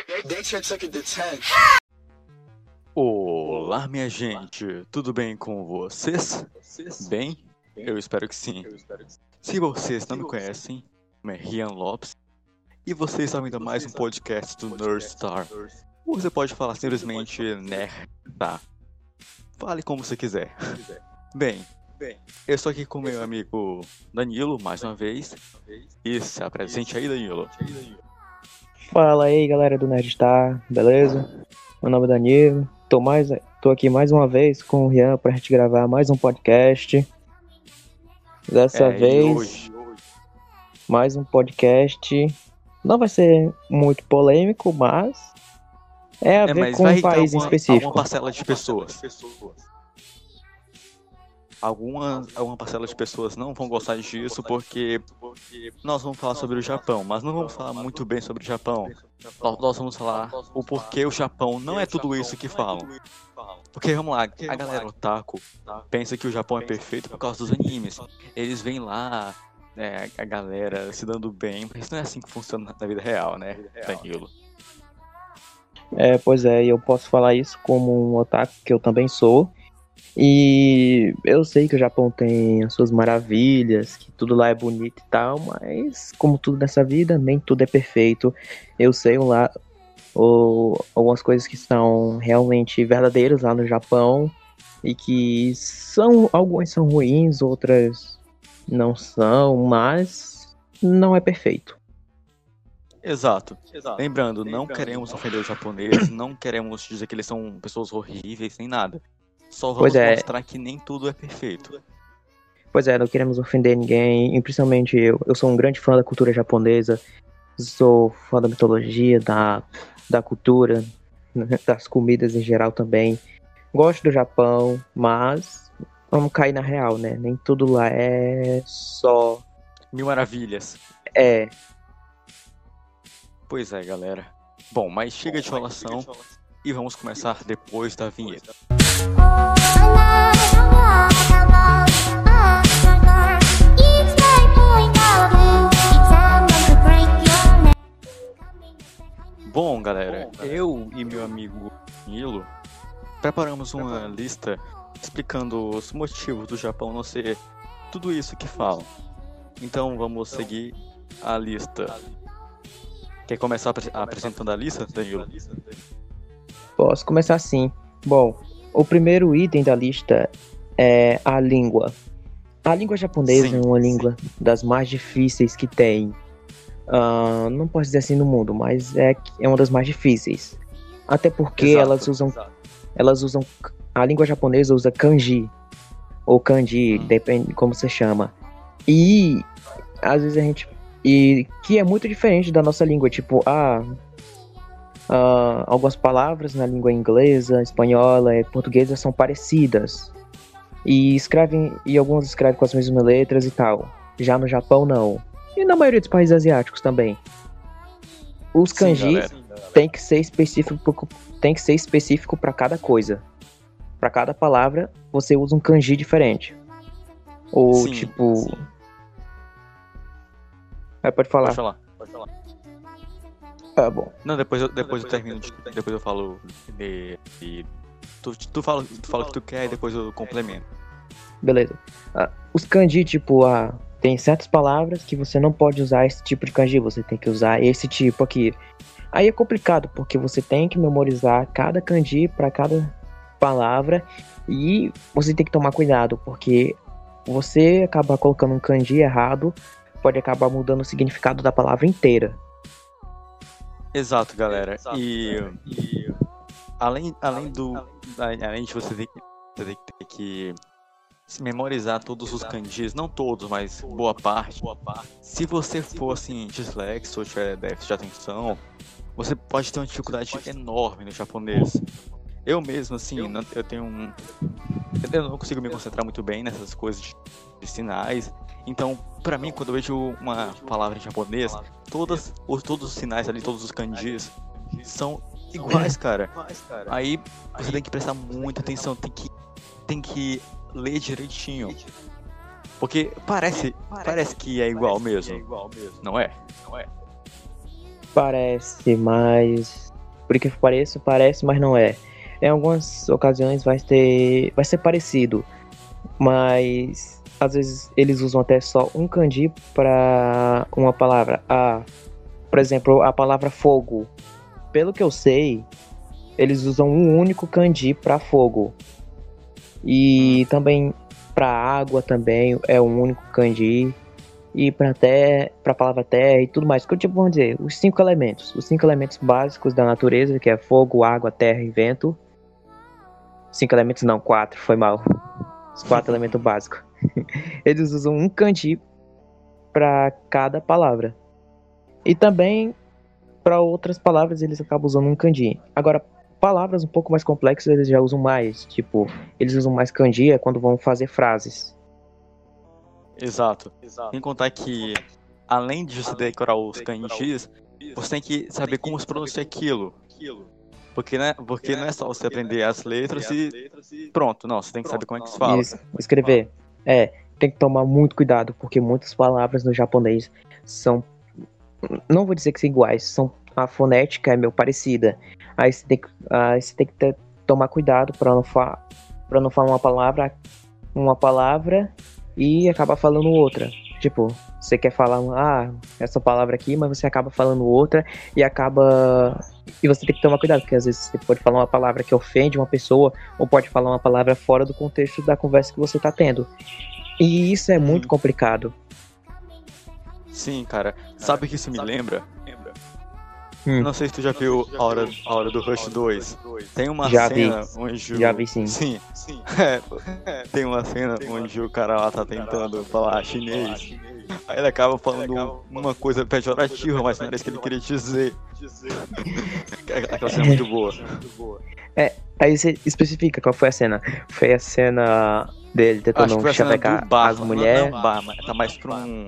Olá, minha gente, tudo bem com vocês? Bem? Eu espero que sim. Se vocês não me conhecem, meu nome é Rian Lopes e vocês estão ouvindo mais um podcast do Nerdstar. Ou você pode falar simplesmente Nerd. Fale como você quiser. Bem, eu estou aqui com meu amigo Danilo, mais uma vez. E se apresente aí, Danilo. Fala aí, galera do Nerdstar, beleza? Meu nome é Danilo, tô aqui mais uma vez com o Rian pra gente gravar mais um podcast. Dessa vez, hoje... mais um podcast. Não vai ser muito polêmico, mas é a ver com um país em específico. Alguma parcela de pessoas. Alguma parcela de pessoas não vão gostar disso porque nós vamos falar sobre o Japão, mas não vamos falar muito bem sobre o Japão. Nós vamos falar o porquê o Japão não é tudo isso que falam. Porque, vamos lá, a galera otaku pensa que o Japão é perfeito por causa dos animes. Eles vêm lá, a galera se dando bem, mas não é assim que funciona na vida real, né, Danilo? Pois é, eu posso falar isso como um otaku, que eu também sou. E eu sei que o Japão tem as suas maravilhas, que tudo lá é bonito e tal, mas como tudo nessa vida, nem tudo é perfeito. Eu sei lá algumas coisas que são realmente verdadeiras lá no Japão e que algumas são ruins, outras não são, mas não é perfeito. Exato. Lembrando, não queremos ofender os japoneses, não queremos dizer que eles são pessoas horríveis, nem nada. Só vamos mostrar que nem tudo é perfeito. Pois é, não queremos ofender ninguém, e principalmente eu. Eu sou um grande fã da cultura japonesa, sou fã da mitologia, da cultura, das comidas em geral também. Gosto do Japão, mas vamos cair na real, né? Nem tudo lá é só... mil maravilhas. Pois é, galera. Bom, mas chega de enrolação e vamos começar depois da vinheta. Bom, galera, eu e meu amigo Nilo preparamos uma lista explicando os motivos do Japão não ser tudo isso que falam. Então vamos seguir a lista. Quer começar apresentando a lista, Danilo? Posso começar sim. Bom, o primeiro item da lista é a língua. A língua japonesa é uma língua das mais difíceis que tem. Não posso dizer assim no mundo, mas é uma das mais difíceis. Até porque elas usam. A língua japonesa usa kanji. Ou kanji, depende como você chama. E às vezes que é muito diferente da nossa língua. Tipo, algumas palavras na língua inglesa, espanhola e portuguesa são parecidas. E algumas escrevem com as mesmas letras e tal. Já no Japão, não. E na maioria dos países asiáticos também. Os kanji tem que ser específico para cada coisa. Para cada palavra, você usa um kanji diferente. Ou pode falar. Bom. Não, depois eu termino. Depois eu falo. Tu fala o que tu quer e depois eu complemento. Beleza. Os kanji, tem certas palavras que você não pode usar esse tipo de kanji, você tem que usar esse tipo aqui. Aí é complicado, porque você tem que memorizar cada kanji para cada palavra e você tem que tomar cuidado, porque você acabar colocando um kanji errado, pode acabar mudando o significado da palavra inteira. Exato, galera. E além de você ter que memorizar todos os kanjis, não todos, mas boa parte. Se você for assim dislexo ou tiver déficit de atenção, você pode ter uma dificuldade enorme no japonês. Eu mesmo, assim, eu não consigo me concentrar muito bem nessas coisas de sinais. Então, pra mim, quando eu vejo uma palavra em japonês, todos os sinais ali, todos os kanjis são iguais, cara. Aí você tem que prestar muita atenção, tem que ler direitinho. Porque parece que é igual mesmo. Não é? Parece, mas Por que pareça, parece, mas não é. Em algumas ocasiões vai ser parecido, mas às vezes eles usam até só um kanji para uma palavra. Por exemplo, a palavra fogo. Pelo que eu sei, eles usam um único kanji para fogo. E também para água também é um único kanji. E para a palavra terra e tudo mais. Que tipo, vamos dizer, os 5 elementos. Os 5 elementos básicos da natureza, que é fogo, água, terra e vento. 5 elementos não, 4, foi mal. Os 4 elementos básicos. Eles usam um kanji para cada palavra. E também para outras palavras eles acabam usando um kanji. Agora, palavras um pouco mais complexas eles já usam mais. Tipo, eles usam mais kanji quando vão fazer frases. Exato. Sem contar que, além de você decorar os kanjis, você tem que saber como se pronuncia aquilo. Porque não é só você aprender as letras e pronto. Não, você tem que saber como é que se fala. Isso, escrever. Tem que tomar muito cuidado, porque muitas palavras no japonês são... Não vou dizer que são iguais, a fonética é meio parecida. Aí você tem que tomar cuidado para não falar uma palavra e acabar falando outra. Tipo, você quer falar essa palavra aqui, mas você acaba falando outra e você tem que tomar cuidado, porque às vezes você pode falar uma palavra que ofende uma pessoa ou pode falar uma palavra fora do contexto da conversa que você tá tendo. E isso é muito complicado. Sim, cara. Sabe o que isso me lembra? Não sei se tu já viu a hora do Rush 2. Tem uma cena onde Já vi, sim. Sim. Tem uma cena onde o cara lá tá tentando falar chinês. Aí ele acaba falando uma coisa pejorativa, mas não era isso que ele queria dizer. Aquela cena é muito boa. Aí você especifica qual foi a cena. Foi a cena dele tentando chavecar as mulheres. Não, bar, mas tá mais pra um...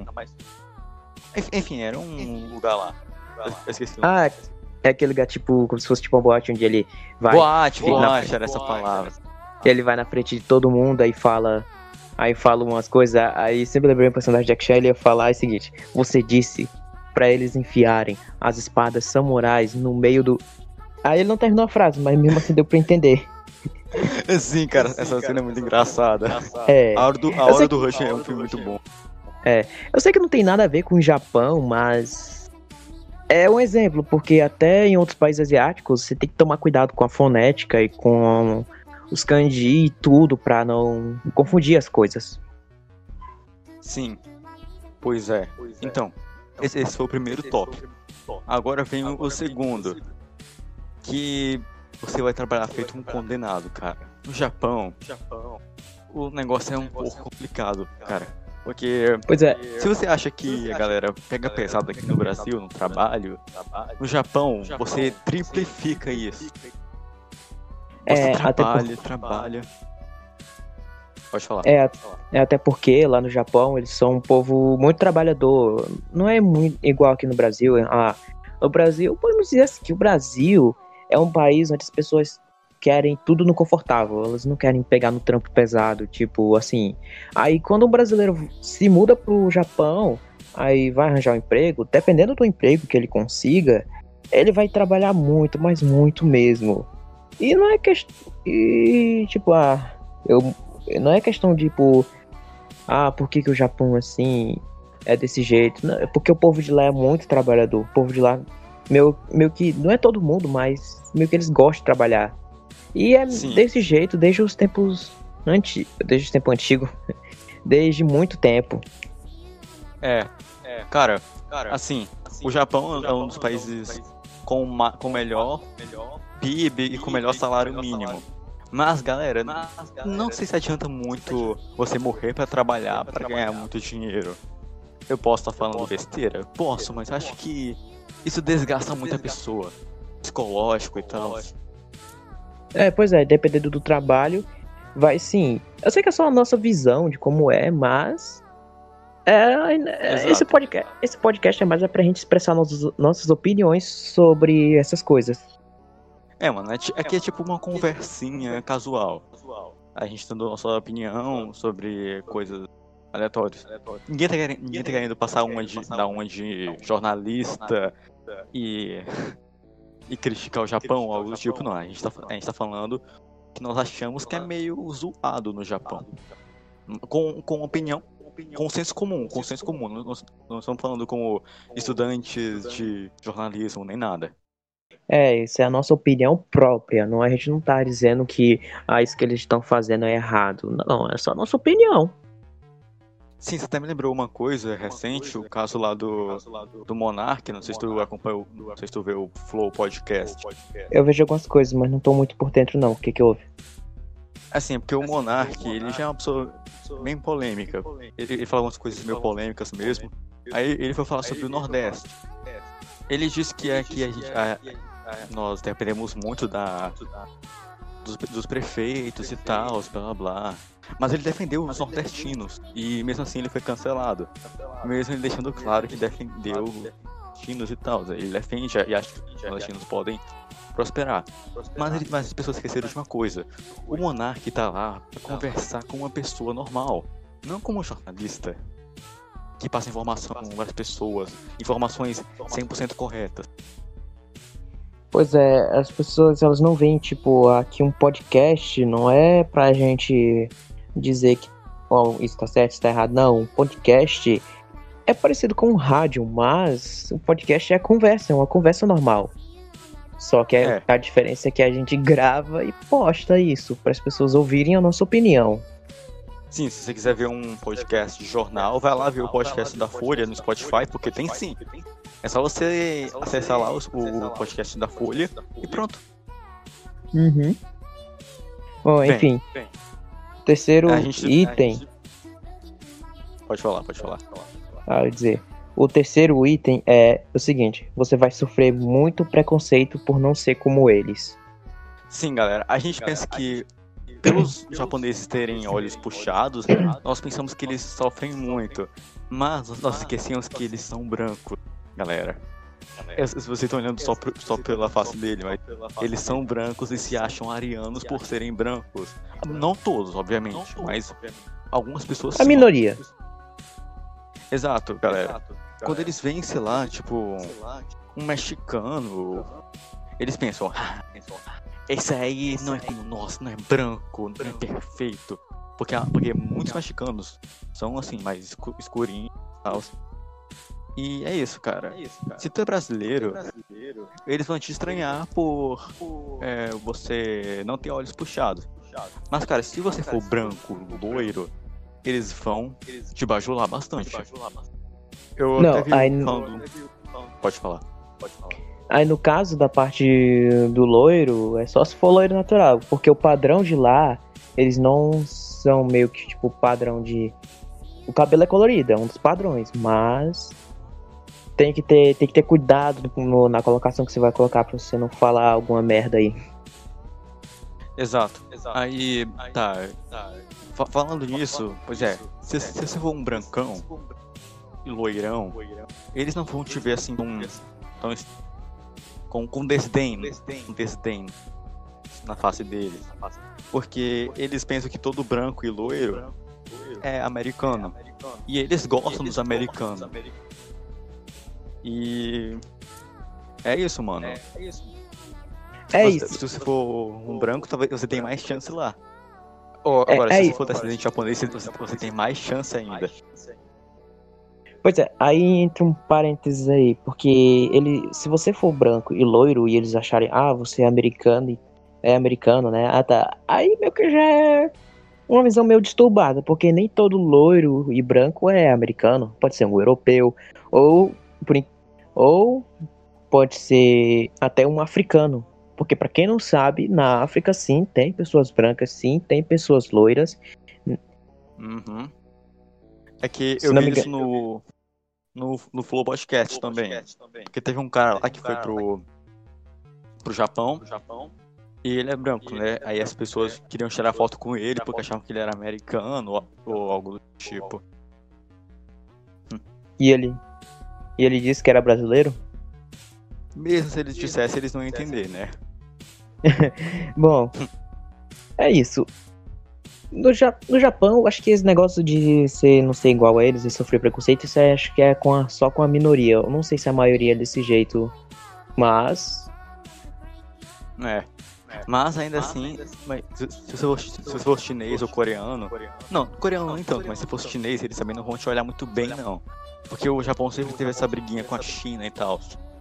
Enfim, era um lugar lá. Eu esqueci. É aquele lugar tipo, como se fosse tipo uma boate onde ele vai... Boate, era essa palavra. Ele vai na frente de todo mundo, aí fala umas coisas, aí sempre lembrei o personagem de Jack Chan, ele ia falar o seguinte: você disse pra eles enfiarem as espadas samurais no meio do... Aí ele não terminou a frase, mas mesmo assim deu pra entender. Sim, cara, essa cena é muito engraçada. A hora do Rush é um filme muito bom. Eu sei que não tem nada a ver com o Japão, mas é um exemplo, porque até em outros países asiáticos você tem que tomar cuidado com a fonética e com os kanji e tudo pra não confundir as coisas. Sim, pois é. Então, esse foi o primeiro tópico. Agora vem o segundo, que você vai trabalhar feito um condenado, cara. No Japão, o negócio é um pouco complicado, cara. Porque, se você acha que a galera pega pesado aqui no Brasil, no trabalho, no Japão, você triplifica isso. Você trabalha. Pode falar. Até porque lá no Japão eles são um povo muito trabalhador. Não é muito igual aqui no Brasil. No Brasil, podemos dizer assim, que o Brasil é um país onde as pessoas querem tudo no confortável. Elas não querem pegar no trampo pesado, tipo assim. Aí quando um brasileiro se muda pro Japão, aí vai arranjar um emprego, dependendo do emprego que ele consiga, ele vai trabalhar muito, mas muito mesmo. E não é questão. Não é questão de, tipo, por que o Japão, assim, é desse jeito? Não, é porque o povo de lá é muito trabalhador. O povo de lá, meio que, não é todo mundo, mas meio que eles gostam de trabalhar. E é desse jeito, desde os tempos antigos, desde muito tempo. Cara, assim, o Japão é um dos países com melhor PIB e com melhor salário mínimo. Mas, galera, não sei se adianta muito você morrer pra trabalhar, pra ganhar muito dinheiro. Eu posso estar falando besteira? Posso, mas acho que isso desgasta muito a pessoa. Psicológico e tal. Pois é, dependendo do trabalho, vai sim. Eu sei que é só a nossa visão de como é, mas... Esse podcast é mais pra gente expressar nossas opiniões sobre essas coisas. Mano, aqui é tipo uma conversinha casual. A gente dando nossa opinião sobre coisas aleatórias. Ninguém tá querendo passar dar uma de jornalista e e criticar o Japão, algo do tipo, não. A gente tá falando que nós achamos que é meio zoado no Japão. Com opinião, consenso comum. Não estamos falando como estudantes de jornalismo, nem nada. Isso é a nossa opinião própria. Não, a gente não tá dizendo que isso que eles estão fazendo é errado. Não, é só a nossa opinião. Sim, você até me lembrou uma coisa recente, o caso lá do Monark, não sei se tu acompanhou, não sei se tu vê o Flow Podcast. Eu vejo algumas coisas, mas não tô muito por dentro não. O que houve? Assim, porque o Monark, ele já é uma pessoa bem polêmica. Ele fala algumas coisas meio polêmicas mesmo. Aí ele foi falar sobre o Nordeste. Ele disse que nós dependemos muito dos prefeitos e tal, blá blá blá. Mas ele defendeu os nordestinos e mesmo assim ele foi cancelado. Mesmo ele deixando claro que defendeu os nordestinos e tal. Ele defende e acha que os nordestinos podem prosperar. Mas as pessoas esqueceram de uma coisa. O Monark tá lá pra conversar com uma pessoa normal, não como um jornalista que passa informação com várias pessoas, informações 100% corretas. Pois é, as pessoas elas não veem, tipo, aqui um podcast não é pra gente dizer que isso tá certo, isso tá errado. Não, um podcast é parecido com um rádio, mas o podcast é uma conversa normal. Só que a diferença é que a gente grava e posta isso para as pessoas ouvirem a nossa opinião. Sim, se você quiser ver um podcast de jornal, vai lá ver o podcast da Folha no Spotify, porque tem sim. É só você acessar lá o podcast da Folha e pronto. Uhum. Bom, enfim. Terceiro item. Pode falar. Eu dizer. O terceiro item é o seguinte: você vai sofrer muito preconceito por não ser como eles. Sim, galera. A gente pensa que pelos japoneses terem olhos puxados, nós pensamos que eles sofrem muito. Mas nós esquecemos que eles são brancos, galera. Se vocês estão olhando só pela face dele, mas eles são brancos e se acham arianos por serem brancos. Não todos, obviamente, mas algumas pessoas sim. A minoria. Exato, galera. Quando eles veem, sei lá, tipo, um mexicano, eles pensam, esse aí não é como nós, não é branco, não é perfeito. Porque muitos mexicanos são assim, mais escurinhos e tal. E é isso, cara. Se tu é brasileiro, eles vão te estranhar por você não ter olhos puxados. Mas, cara, se você for branco, loiro, eles vão te bajular bastante. Eu não, até vi aí Pode falar. Aí no caso da parte do loiro, é só se for loiro natural, porque o padrão de lá, eles não são meio que tipo padrão de... O cabelo é colorido, é um dos padrões, mas tem que ter cuidado na colocação que você vai colocar pra você não falar alguma merda aí. Exato. Aí, tá. Falando nisso, pois é, se você for um brancão e loirão, eles não vão te ver assim com desdém na face deles. Porque eles pensam que todo branco e loiro é americano. E eles gostam dos americanos. E é isso, mano. Se você for um branco, talvez você tenha mais chance lá. Agora, se você for descendente japonês, você tem mais chance ainda. Pois é, aí entra um parênteses aí, porque se você for branco e loiro e eles acharem, você é americano, né? Tá. Aí meio que já é uma visão meio disturbada, porque nem todo loiro e branco é americano. Pode ser um europeu, ou pode ser até um africano. Porque pra quem não sabe, na África sim, tem pessoas brancas, sim, tem pessoas loiras. Uhum. É que eu vi isso no Flow Podcast também. Porque teve um cara lá que foi pro Japão e ele é branco, né? Aí as pessoas queriam tirar foto com ele porque achavam que ele era americano ou algo do tipo. E ele disse que era brasileiro? Mesmo se eles dissessem, eles não iam entender, né? Bom, é isso. No Japão, eu acho que esse negócio de não ser igual a eles e sofrer preconceito, isso acho que é só com a minoria. Eu não sei se a maioria é desse jeito, mas É. Mas ainda assim, se você for chinês ou coreano. Não, coreano nem tanto, mas se for chinês, eles também não vão te olhar muito bem, não. Porque o Japão sempre teve essa briguinha com a China e tal.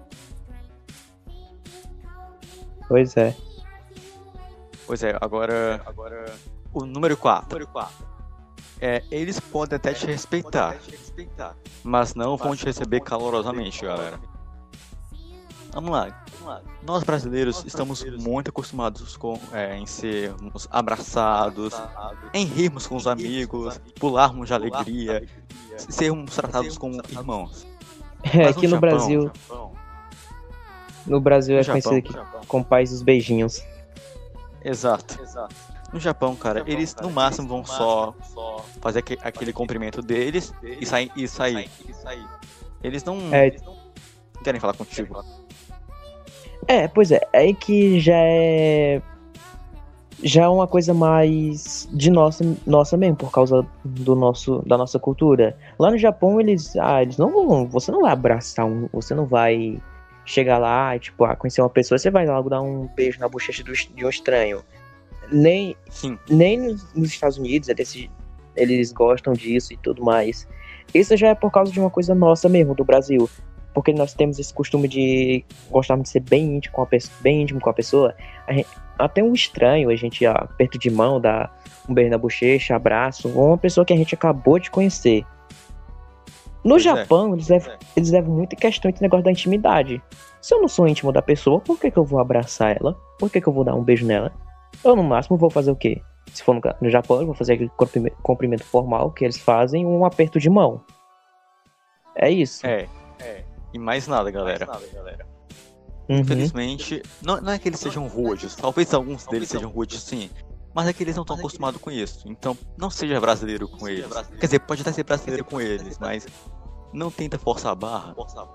Pois é. Pois é, agora. O número 4. Eles podem até te respeitar, mas não vão te receber calorosamente, galera. Vamos lá. Nós brasileiros estamos muito acostumados em sermos abraçados, em rirmos com os amigos, pularmos de alegria, sermos tratados como irmãos. Mas Aqui no Brasil. No Brasil é conhecido aqui como país dos beijinhos. Exato. No Japão, cara, eles no máximo vão só fazer aquele cumprimento deles e sair. Eles não querem falar contigo. Pois é. É que já é uma coisa mais de nossa mesmo, por causa da nossa cultura. Lá no Japão, eles não vão, você não vai abraçar você não vai chegar lá e, tipo, conhecer uma pessoa, você vai logo dar um beijo na bochecha de um estranho. Nem nos Estados Unidos eles gostam disso e tudo mais. Isso já é por causa de uma coisa nossa mesmo, do Brasil. Porque nós temos esse costume de gostarmos de ser bem íntimo com a pessoa. Até um estranho, a gente aperto de mão, dá um beijo na bochecha, abraço, ou uma pessoa que a gente acabou de conhecer. No Japão, eles levam muito em questão esse negócio da intimidade. Se eu não sou íntimo da pessoa, por que eu vou abraçar ela? Por que eu vou dar um beijo nela? Eu, no máximo, vou fazer o quê? Se for no Japão, eu vou fazer aquele cumprimento formal que eles fazem, um aperto de mão. É isso. E mais nada, galera. Uhum. Infelizmente, não é que eles sejam rudes. Talvez alguns deles sejam rudes, sim. Mas é que eles não estão acostumados com isso. Então, não seja brasileiro com eles. Quer dizer, pode até ser brasileiro com eles, mas não tenta forçar a barra.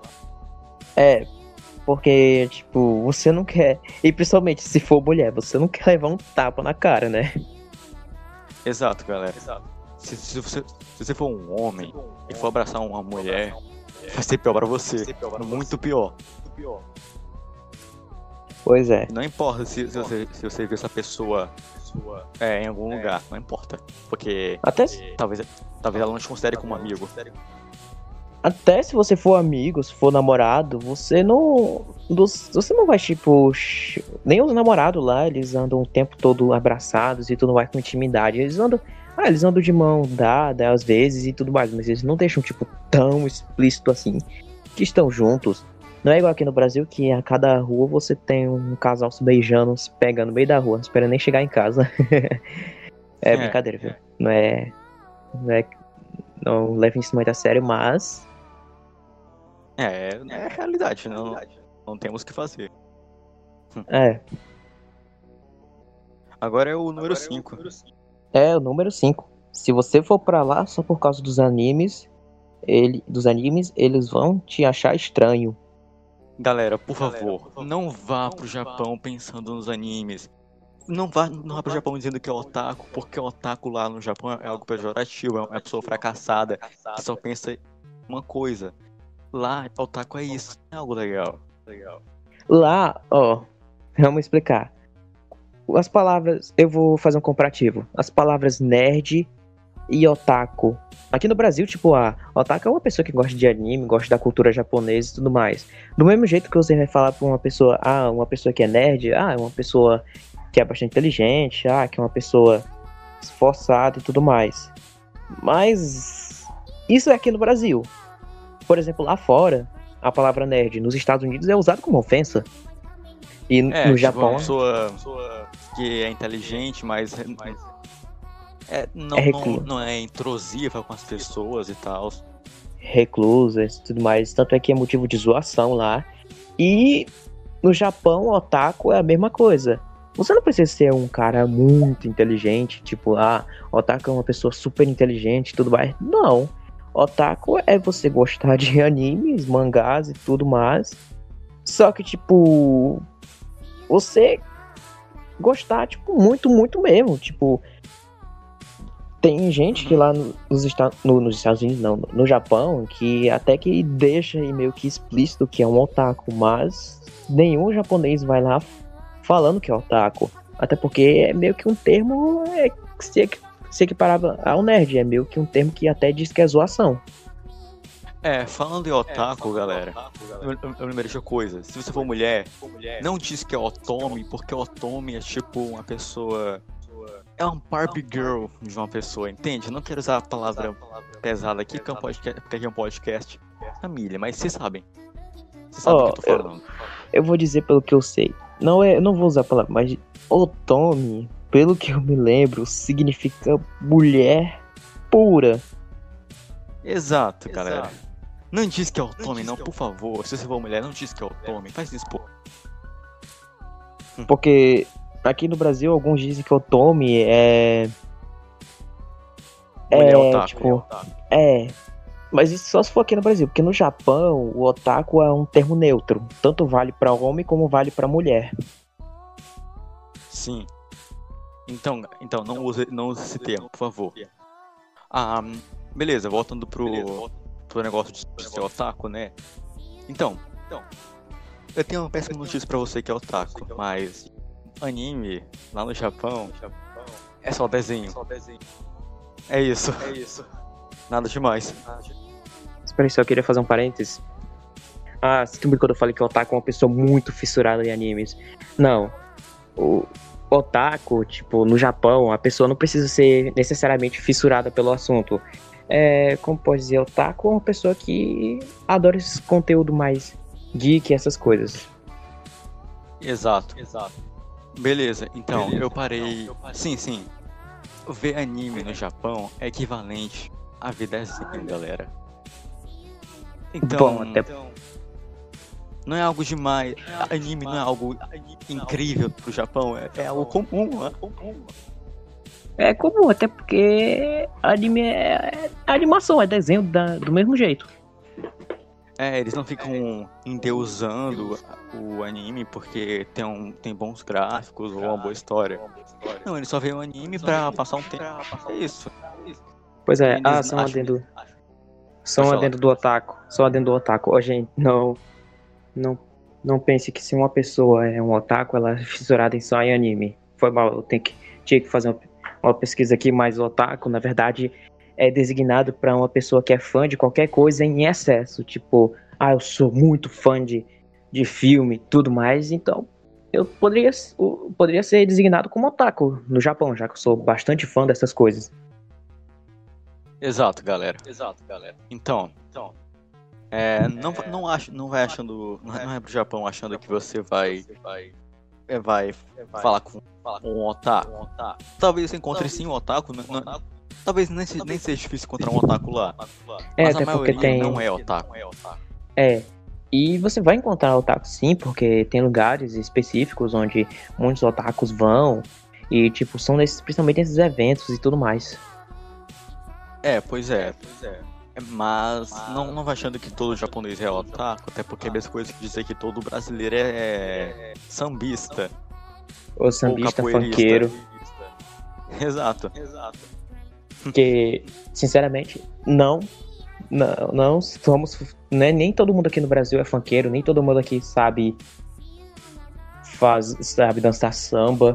Porque, tipo, você não quer... E principalmente, se for mulher, você não quer levar um tapa na cara, né? Exato, galera. Se você for um homem e for abraçar uma mulher, vai ser pior pra você. Muito pior. Pois é. Não importa se você vê essa pessoa em algum lugar. Não importa. Porque talvez ela não te considere como amigo. Até se você for amigo, se for namorado, você não vai, tipo... Nem os namorados lá, eles andam o tempo todo abraçados e tudo mais com intimidade. Eles andam de mão dada às vezes e tudo mais, mas eles não deixam, tipo, tão explícito assim que estão juntos. Não é igual aqui no Brasil, que a cada rua você tem um casal se beijando, se pegando no meio da rua, não espera nem chegar em casa. Brincadeira, viu? Não leva isso muito a sério, mas... É a realidade, não temos o que fazer. Agora é o número 5. É o número 5. Se você for pra lá só por causa dos animes, eles vão te achar estranho. Galera, por favor, não vá pro Japão pensando nos animes. Não vá pro Japão dizendo que é otaku, porque otaku lá no Japão é algo pejorativo, é uma pessoa fracassada que só pensa uma coisa. Lá, otaku é isso, é algo legal. Lá, vamos explicar. As palavras, eu vou fazer um comparativo. As palavras nerd e otaku. Aqui no Brasil, tipo, otaku é uma pessoa que gosta de anime, gosta da cultura japonesa e tudo mais. Do mesmo jeito que você vai falar pra uma pessoa que é nerd, é uma pessoa que é bastante inteligente, que é uma pessoa esforçada e tudo mais. Mas isso é aqui no Brasil. Por exemplo, lá fora, a palavra nerd nos Estados Unidos é usada como ofensa. E no Japão... Uma pessoa que é inteligente, mas não é introsiva com as pessoas e tal. Reclusa e tudo mais. Tanto é que é motivo de zoação lá. E no Japão, otaku é a mesma coisa. Você não precisa ser um cara muito inteligente, tipo, otaku é uma pessoa super inteligente e tudo mais. Não. Otaku é você gostar de animes, mangás e tudo mais. Só que, tipo, você gostar, tipo, muito, muito mesmo. Tipo, tem gente que lá nos Estados Unidos, não, no Japão, que até que deixa aí meio que explícito que é um otaku, mas nenhum japonês vai lá falando que é otaku. Até porque é meio que um termo se equiparava ao nerd. É meio que um termo que até diz que é zoação. Falando em otaku, galera, eu lembrei de uma coisa. Se você for mulher, não diz que é otome, porque otome é tipo uma pessoa... É um Barbie Girl de uma pessoa, entende? Eu não quero usar a palavra pesada aqui, porque aqui é um podcast família, mas vocês sabem. Vocês sabem o que eu tô falando. Eu vou dizer pelo que eu sei. Eu não vou usar a palavra, mas otome, pelo que eu me lembro, significa mulher pura. Exato, galera. Não diz que é otome, não, por favor. Se você for mulher, não diz que é otome. Faz isso, pô. Porque aqui no Brasil, alguns dizem que otome é... Mulher otaku. Tipo, mas isso só se for aqui no Brasil. Porque no Japão, o otaku é um termo neutro. Tanto vale pra homem como vale pra mulher. Sim. Então não use esse termo, por favor. Beleza, voltando pro negócio de ser otaku, né? Então, eu tenho uma péssima notícia pra você que é otaku, mas anime lá no Japão é só desenho. É isso. Nada demais. Espera aí, só queria fazer um parênteses. Sinto muito quando eu falei que o otaku é uma pessoa muito fissurada em animes. Não. O otaku, tipo, no Japão, a pessoa não precisa ser necessariamente fissurada pelo assunto. Como pode dizer, otaku é uma pessoa que adora esse conteúdo mais geek, essas coisas. Exato. Beleza, então, eu parei... Sim. Ver anime no Japão é equivalente a ver desenho, galera. Então... Não é algo demais. Anime não é algo incrível pro Japão. É algo comum, né? É comum, até porque anime é animação, é desenho do mesmo jeito. Eles não ficam endeusando o anime porque tem bons gráficos ou uma boa história. Não, eles só veem o anime pra passar um tempo. É isso. Pois é, só um adendo do otaku. Ó, gente, não pense que se uma pessoa é um otaku, ela é fissurada só em anime. Foi mal, eu tinha que fazer uma pesquisa aqui, mas o otaku, na verdade, é designado para uma pessoa que é fã de qualquer coisa em excesso. Tipo, eu sou muito fã de filme e tudo mais, então eu poderia ser designado como otaku no Japão, já que eu sou bastante fã dessas coisas. Exato, galera. Então, não é pro Japão achando que você vai falar com um otaku. Talvez você encontre sim um otaku, talvez nem seja difícil encontrar um otaku lá. Mas a maioria não é otaku. E você vai encontrar otaku sim, porque tem lugares específicos onde muitos otakus vão e tipo, são principalmente nesses eventos e tudo mais. Pois é. Mas não vai achando que todo japonês é otaku, até porque é a mesma coisa que dizer que todo brasileiro é sambista. Ou sambista funkeiro. Exato. Porque, sinceramente, não somos... Nem todo mundo aqui no Brasil é funkeiro, nem todo mundo aqui sabe dançar samba.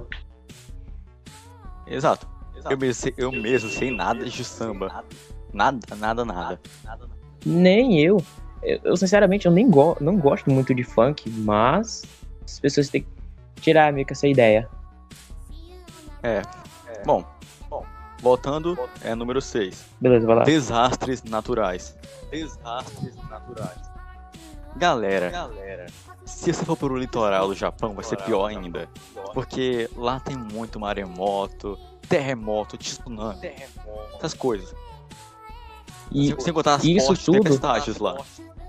Exato. Eu mesmo sei nada de samba. Nada. Nem eu. Eu sinceramente, não gosto muito de funk, mas as pessoas têm que tirar meio que essa ideia. Bom, voltando, número 6. Beleza, vai lá. Desastres naturais. Galera, se você for pro litoral do Japão, vai ser pior ainda. Porque lá tem muito maremoto, terremoto, tsunami, essas coisas. Sem contar as fortes tempestades lá.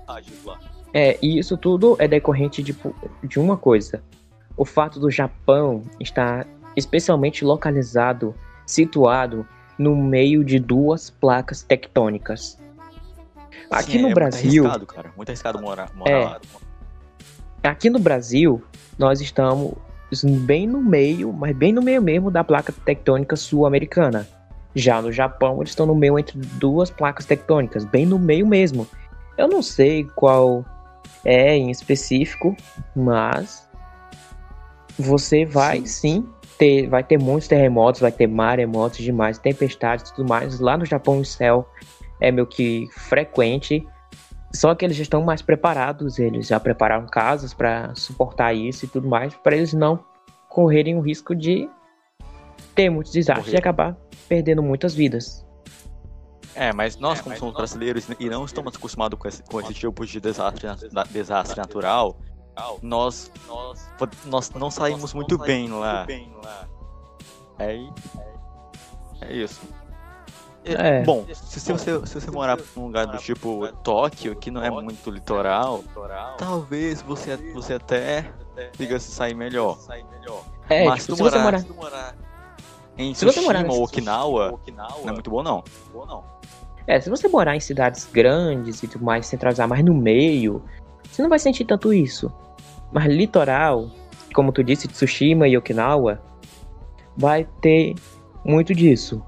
E isso tudo é decorrente de uma coisa. O fato do Japão estar especialmente situado no meio de duas placas tectônicas. Aqui no Brasil... Muito arriscado morar. Aqui no Brasil, nós estamos bem no meio, mas bem no meio mesmo da placa tectônica sul-americana. Já no Japão, eles estão no meio entre duas placas tectônicas, bem no meio mesmo. Eu não sei qual é em específico, mas você vai sim vai ter muitos terremotos, vai ter maremotos demais, tempestades e tudo mais. Lá no Japão o céu é meio que frequente, só que eles já estão mais preparados, eles já prepararam casas para suportar isso e tudo mais, para eles não correrem o risco de ter muitos desastres e acabar perdendo muitas vidas. Mas nós, como somos brasileiros e não estamos acostumados com esse tipo de desastre natural, nós não saímos muito bem lá. É isso. Bom, se você morar num lugar do tipo Tóquio, que não é muito litoral, talvez você até consiga se sair melhor. Mas tipo, se você morar em Tsushima ou Okinawa, não é muito bom não. Se você morar em cidades grandes e tudo mais, centralizar mais no meio, você não vai sentir tanto isso. Mas litoral, como tu disse, Tsushima e Okinawa, vai ter muito disso.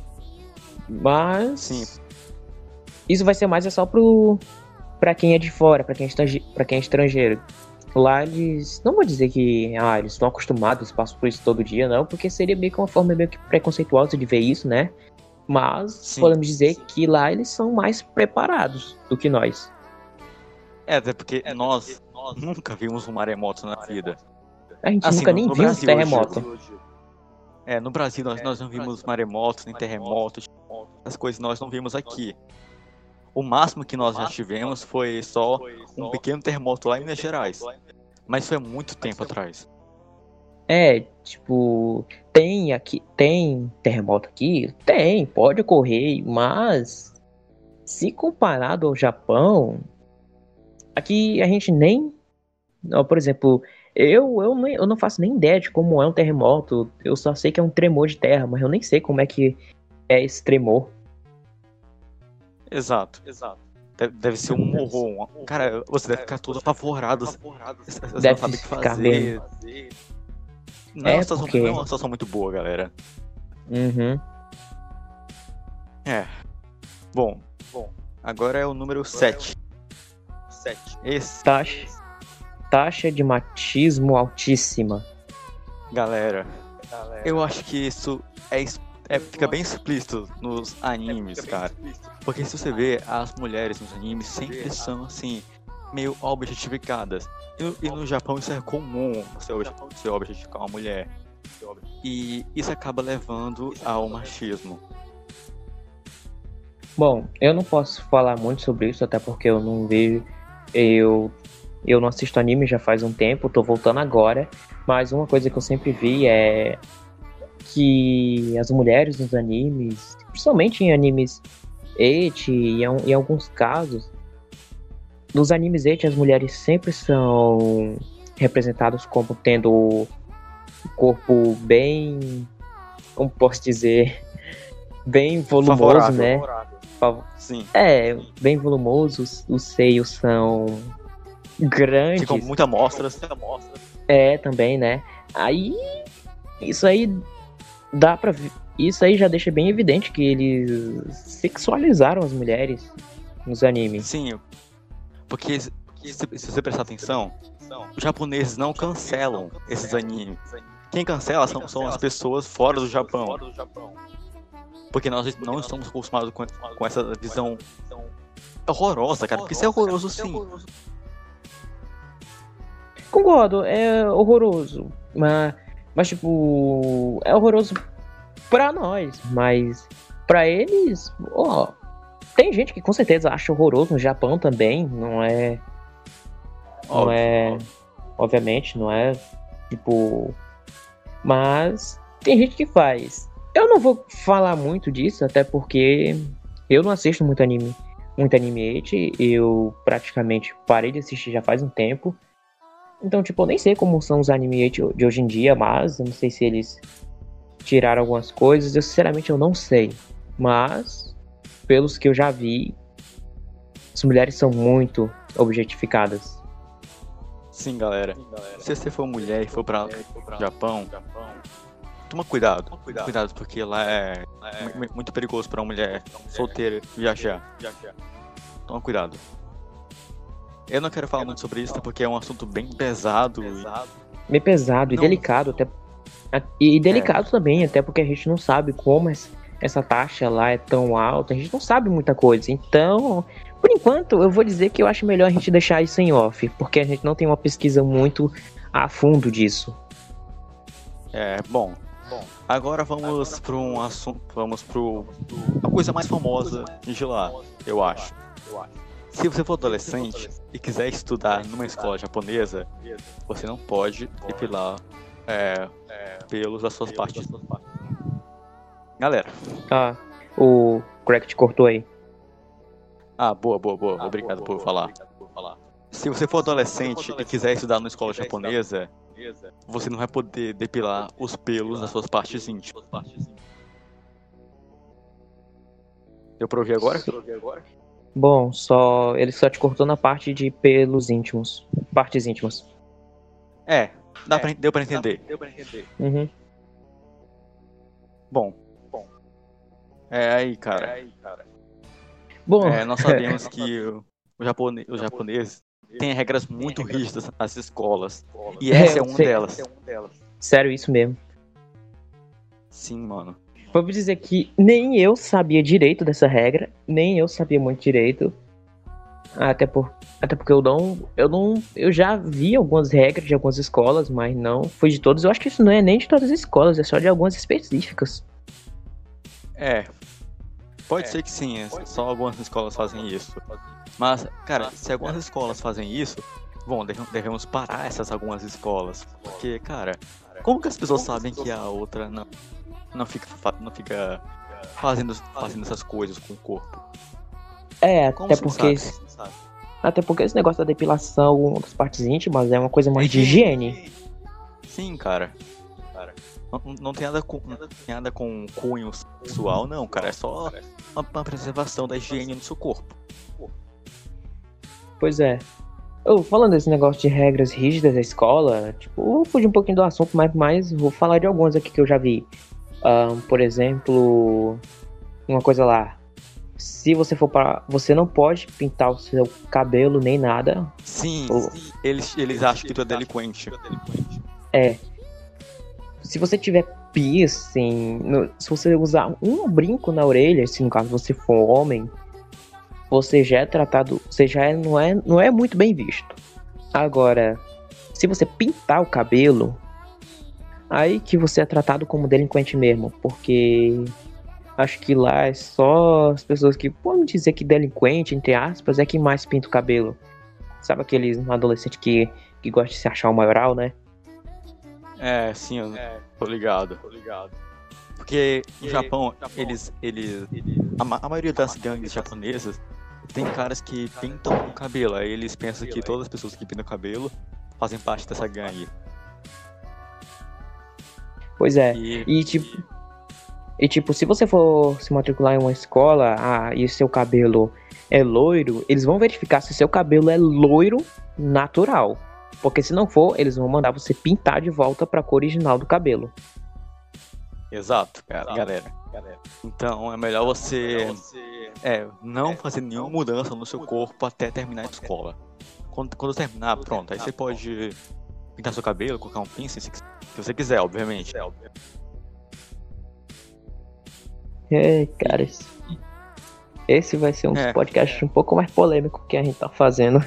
Mas sim, isso vai ser mais só pra quem é de fora, pra quem é estrangeiro. Lá eles, não vou dizer que eles estão acostumados, passam por isso todo dia, não, porque seria meio que uma forma meio que preconceituosa de ver isso, né? Mas podemos dizer que lá eles são mais preparados do que nós. Até porque nós nunca vimos um maremoto na vida. A gente nunca nem viu um terremoto. No Brasil nós não vimos maremotos, nem terremotos, as coisas nós não vimos aqui. O máximo que nós já tivemos foi só um pequeno terremoto lá em Minas Gerais. Mas foi muito tempo atrás. Tipo, tem terremoto aqui? Tem, pode ocorrer, mas se comparado ao Japão, aqui a gente nem, por exemplo, eu não faço nem ideia de como é um terremoto. Eu só sei que é um tremor de terra, mas eu nem sei como é que é esse tremor. Exato. Deve ser um horror. Cara, você deve ficar todo apavorado. Você deve não sabe o que fazer. Não é uma situação muito boa, galera. Uhum. Bom, agora é o número 7. Esse. Taxa de machismo altíssima. Galera, eu acho que isso fica bem explícito nos animes, cara. Porque se você vê, as mulheres nos animes sempre são, assim, meio objetificadas. E no Japão isso é comum, você objetificar uma mulher. E isso acaba levando ao machismo. Bom, eu não posso falar muito sobre isso, até porque eu não vejo... Eu não assisto anime já faz um tempo, tô voltando agora. Mas uma coisa que eu sempre vi é que as mulheres nos animes, principalmente em animes ecchi e em alguns casos, nos animes ecchi as mulheres sempre são representadas como tendo o corpo bem, como posso dizer, bem volumoso, favorável, né? Sim. Bem volumoso, os seios são grandes. Ficam muitas amostras. Também, né? Isso aí dá pra ver. Isso aí já deixa bem evidente que eles sexualizaram as mulheres nos animes. Sim, porque se você prestar atenção, os japoneses não cancelam esses animes. Quem cancela são as pessoas fora do Japão. Porque nós não estamos acostumados com essa visão horrorosa, cara. Porque isso é horroroso, sim. Concordo, é horroroso. Mas tipo, é horroroso pra nós. Mas pra eles, tem gente que com certeza acha horroroso no Japão também. Não é. Obviamente, não é tipo. Mas tem gente que faz. Eu não vou falar muito disso, até porque eu não assisto muito anime ecchi. Eu praticamente parei de assistir já faz um tempo. Então, tipo, eu nem sei como são os anime ecchi de hoje em dia, mas eu não sei se eles tiraram algumas coisas. Eu sinceramente eu não sei. Mas, pelos que eu já vi, as mulheres são muito objetificadas. Sim, galera. Se você for mulher e for pra Japão, toma cuidado. Cuidado, porque lá é muito perigoso pra uma mulher solteira viajar. Toma cuidado. Eu não quero falar muito sobre isso, porque é um assunto bem pesado. meio pesado e Não. delicado até. E delicado também, até porque a gente não sabe como essa taxa lá é tão alta, a gente não sabe muita coisa. Então, por enquanto, eu vou dizer que eu acho melhor a gente deixar isso em off, porque a gente não tem uma pesquisa muito a fundo disso. Bom. Agora vamos para um assunto, a coisa mais famosa de lá, eu acho. Se você for adolescente e quiser estudar numa escola japonesa, você não pode depilar pelos das suas partes. Galera. O Crack te cortou aí. Boa. Obrigado por falar. Se você for adolescente e quiser estudar numa escola japonesa, você não vai poder depilar os pelos das suas partes íntimas. Deu pra ouvir agora? Bom, ele só te cortou na parte de pelos íntimos. Partes íntimas. Deu pra entender. Uhum. Bom. Aí, cara. Bom, nós sabemos que os japoneses têm regras muito rígidas nas escolas. E essa é uma delas. Sério, isso mesmo. Sim, mano. Vou dizer que nem eu sabia direito dessa regra, nem eu sabia muito direito. Até porque eu já vi algumas regras de algumas escolas, mas não foi de todas. Eu acho que isso não é nem de todas as escolas, é só de algumas específicas. Pode ser que sim, só algumas escolas fazem isso. Mas, cara, se algumas escolas fazem isso, bom, devemos parar essas algumas escolas. Porque, cara, como que as pessoas sabem que a outra não fica fazendo essas coisas com o corpo? Até porque esse negócio da depilação das partes íntimas é uma coisa mais de higiene. Sim, cara. Não tem nada com cunho sexual, não, cara. É só uma preservação da higiene no seu corpo. Pois é. Falando desse negócio de regras rígidas da escola, vou fugir um pouquinho do assunto, mas vou falar de algumas aqui que eu já vi. Por exemplo, uma coisa lá. Se você for você não pode pintar o seu cabelo nem nada. Sim. Eles acham que tu é delinquente. Se você tiver piercing, se você usar um brinco na orelha, se no caso você for homem, você já é tratado, não é muito bem visto. Agora, se você pintar o cabelo, aí que você é tratado como delinquente mesmo, porque acho que lá é só as pessoas que podem dizer que delinquente, entre aspas, é que mais pinta o cabelo. Sabe aqueles adolescentes que gostam de se achar o maioral, né? Sim, eu tô ligado. Porque no Japão, a maioria das gangues japonesas tem caras que pintam o cabelo. Aí eles pensam que todas as pessoas que pintam o cabelo fazem parte dessa gangue. Pois é. E se você for se matricular em uma escola e seu cabelo é loiro, eles vão verificar se seu cabelo é loiro natural. Porque se não for, eles vão mandar você pintar de volta pra cor original do cabelo. Exato, galera. Então é melhor você não fazer nenhuma mudança no seu corpo até terminar a escola. Quando terminar, pronto, aí você pode pintar seu cabelo, colocar um piercing se você quiser, obviamente. Cara, esse vai ser um dos podcasts um pouco mais polêmico que a gente tá fazendo.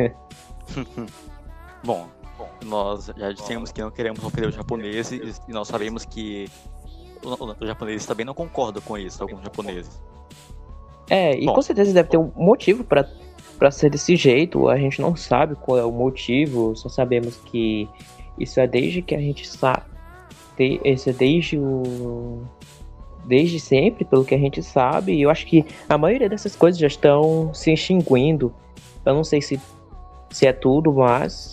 Bom, nós já dissemos que não queremos ofender os japoneses e nós sabemos que os japoneses também não concordam com isso, alguns japoneses. Com certeza deve ter um motivo pra ser desse jeito. A gente não sabe qual é o motivo, só sabemos que isso é desde que a gente sabe. Esse é desde sempre, pelo que a gente sabe. E eu acho que a maioria dessas coisas já estão se extinguindo. Eu não sei se é tudo, mas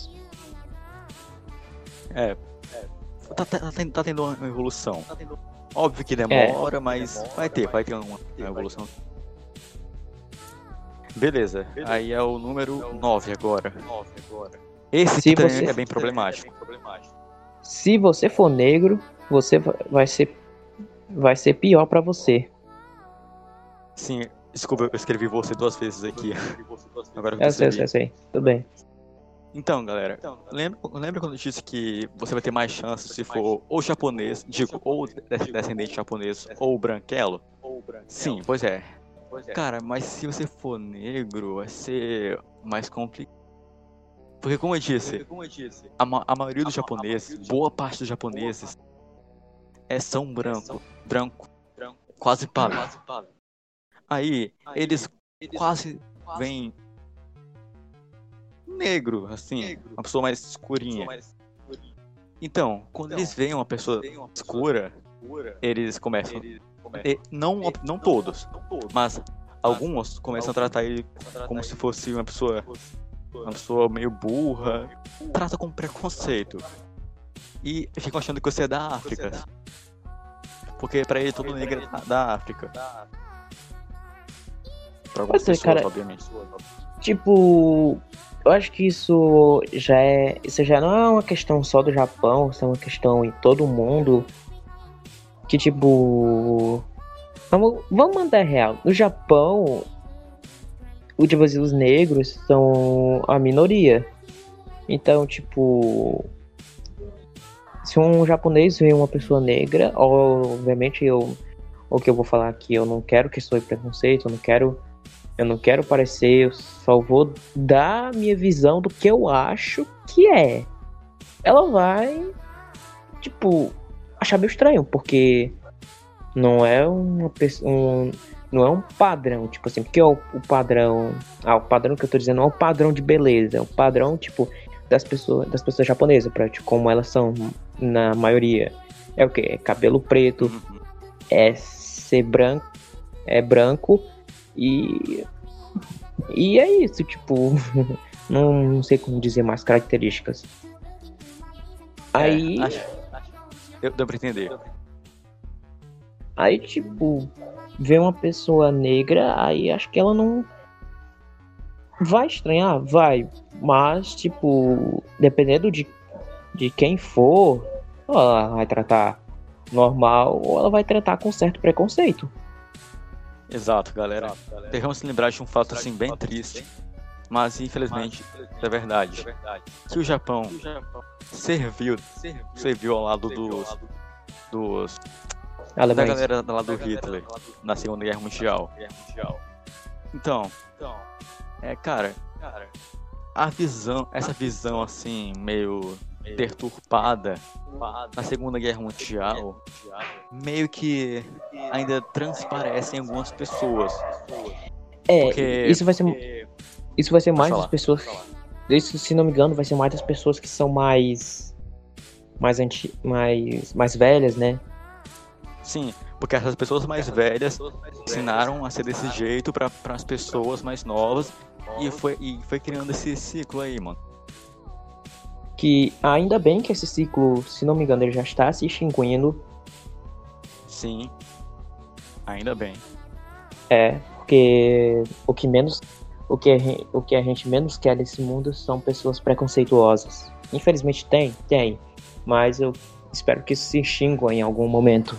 Tá tendo uma evolução. Óbvio que demora, mas vai ter uma evolução. Beleza, aí é o número 9 agora. Esse também é bem problemático. Se você for negro, você vai ser pior pra você. Então, galera, lembra quando eu disse que você vai ter mais chances se for ou japonês, digo, ou descendente japonês, ou branquelo? Sim, pois é. Cara, mas se você for negro, vai ser mais complicado. Porque, como eu disse, a maioria dos japoneses, boa parte dos japoneses, são branco, quase pálido. Aí, eles quase veem negro, assim, uma pessoa mais escurinha. Então, quando eles veem uma pessoa escura, eles começam, não todos, mas alguns começam a tratar ele como se fosse uma pessoa meio burra, trata com preconceito. E ficam achando que você é da África. Porque pra ele todo negro é da África. Pra algumas pessoas, cara, obviamente. Tipo, eu acho que isso já não é uma questão só do Japão, isso é uma questão em todo o mundo. Que tipo, vamos mandar real. No Japão, os negros são a minoria. Então, tipo, se um japonês vê uma pessoa negra, obviamente o que eu vou falar aqui, eu não quero que soe preconceito, eu não quero parecer, eu só vou dar a minha visão do que eu acho que é. Ela vai, tipo, achar meio estranho, porque não é não é um padrão, tipo assim, porque o padrão que eu tô dizendo não é o padrão de beleza, é o padrão, tipo, das pessoas japonesas, como elas são na maioria. É o quê? É cabelo preto, é ser branco e é isso, tipo, não sei como dizer mais características. Aí Deu pra entender. Aí, tipo, ver uma pessoa negra, aí acho que ela não vai estranhar, vai. Mas, tipo, dependendo de quem for, ou ela vai tratar normal ou ela vai tratar com certo preconceito. Exato, galera. Devemos se lembrar de um fato assim bem triste, mas infelizmente é verdade. Que o Japão serviu ao lado da galera lá do Hitler na Segunda Guerra Mundial. Então, cara, essa visão assim meio deturpada na Segunda Guerra Mundial meio que ainda transparece em algumas pessoas. Porque isso vai ser mais das pessoas. Isso, se não me engano, vai ser mais das pessoas que são mais velhas, né? Sim, porque essas pessoas mais velhas ensinaram a ser desse jeito para as pessoas mais novas e foi criando esse ciclo aí, mano. Que ainda bem que esse ciclo, se não me engano, ele já está se extinguindo. Sim, ainda bem. Porque o que a gente menos quer nesse mundo são pessoas preconceituosas. Infelizmente tem, mas eu espero que isso se extingua em algum momento.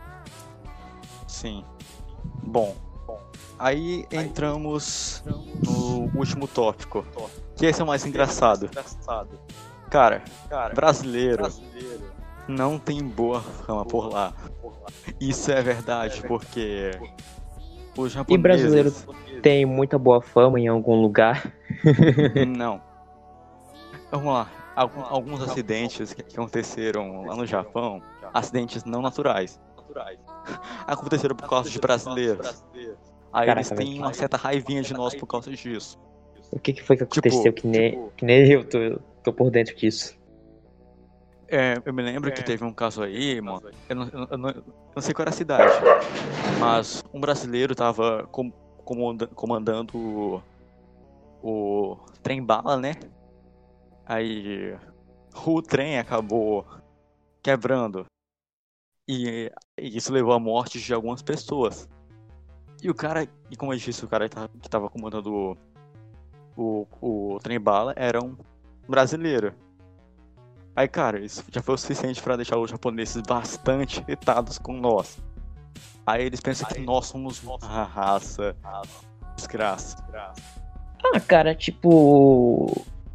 Sim. Bom, aí entramos no último tópico, que esse é o mais engraçado. Cara, brasileiro não tem boa fama por lá. Isso é verdade, porque os japoneses... E brasileiro tem muita boa fama em algum lugar? Não. Vamos lá. Alguns acidentes que aconteceram lá no Japão, acidentes não naturais, aconteceram por causa de brasileiros. Aí eles têm uma certa raivinha de nós por causa disso. O que foi que aconteceu? Que nem eu tô por dentro disso. Eu me lembro que teve um caso aí, mano. Eu não sei qual era a cidade, mas um brasileiro tava comandando o trem-bala, né? Aí o trem acabou quebrando. E isso levou à morte de algumas pessoas. E como eu disse, o cara que tava comandando o trem-bala era um brasileiro. Aí, cara, isso já foi o suficiente pra deixar os japoneses bastante irritados com nós. Aí eles pensam que nós somos uma raça desgraça. Cara, tipo...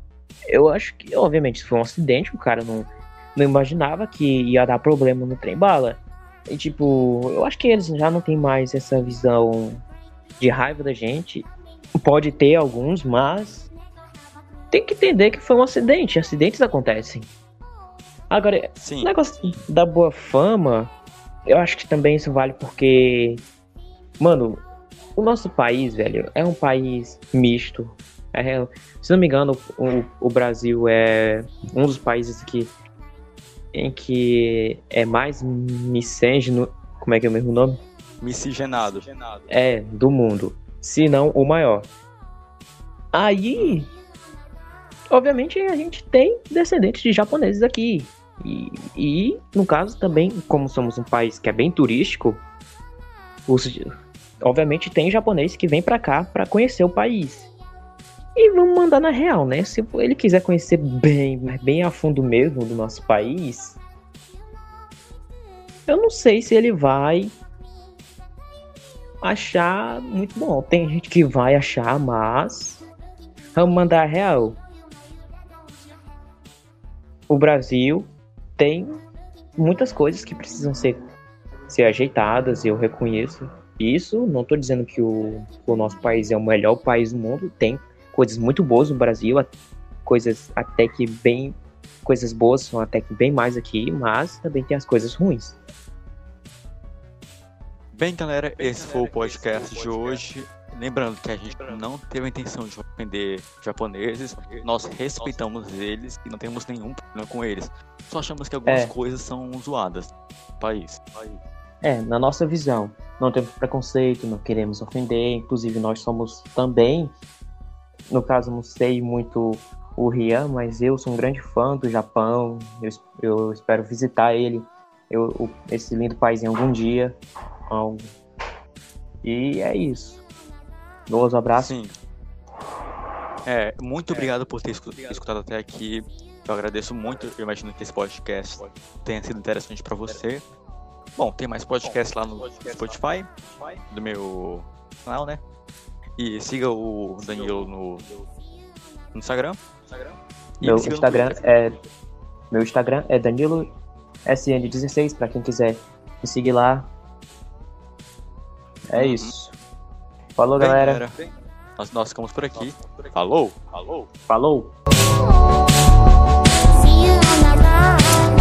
Eu acho que, obviamente, isso foi um acidente, o cara não imaginava que ia dar problema no trem-bala. E, tipo, eu acho que eles já não tem mais essa visão de raiva da gente. Pode ter alguns, mas tem que entender que foi um acidente. Acidentes acontecem. Agora, Sim. o negócio da boa fama, eu acho que também isso vale porque, mano, o nosso país, velho, é um país misto. Se não me engano, o Brasil é um dos países em que é mais misógino, como é que é o mesmo nome? Miscigenado. É, do mundo. Se não, o maior. Aí, obviamente, a gente tem descendentes de japoneses aqui. E no caso também, como somos um país que é bem turístico, obviamente tem japonês que vem pra cá pra conhecer o país. E vamos mandar na real, né? Se ele quiser conhecer bem a fundo mesmo do nosso país, eu não sei se ele vai achar muito bom. Tem gente que vai achar, mas vamos mandar a real. O Brasil tem muitas coisas que precisam ser ajeitadas, eu reconheço isso. Não estou dizendo que o nosso país é o melhor país do mundo. Tem coisas muito boas no Brasil, coisas boas são até que bem mais aqui, mas também tem as coisas ruins. Bem, galera, esse foi o podcast de hoje. Lembrando que a gente não teve a intenção de ofender japoneses, nós respeitamos eles e não temos nenhum problema com eles. Só achamos que algumas coisas são zoadas no país. Na nossa visão, não temos preconceito, não queremos ofender, inclusive nós somos também, no caso não sei muito o Rian, mas eu sou um grande fã do Japão, eu espero visitar ele, esse lindo país em algum dia. E é isso. Meus abraços. Sim. Muito obrigado por ter escutado até aqui. Eu agradeço muito. Eu imagino que esse podcast tenha sido interessante para você. Bom, tem mais podcasts lá no Spotify, do meu canal, né? E siga o Danilo no Instagram. Meu Instagram é Danilo SN16, para quem quiser me seguir lá. É isso. Falou, galera. Nós ficamos por aqui. Falou! Falou! See you on the run.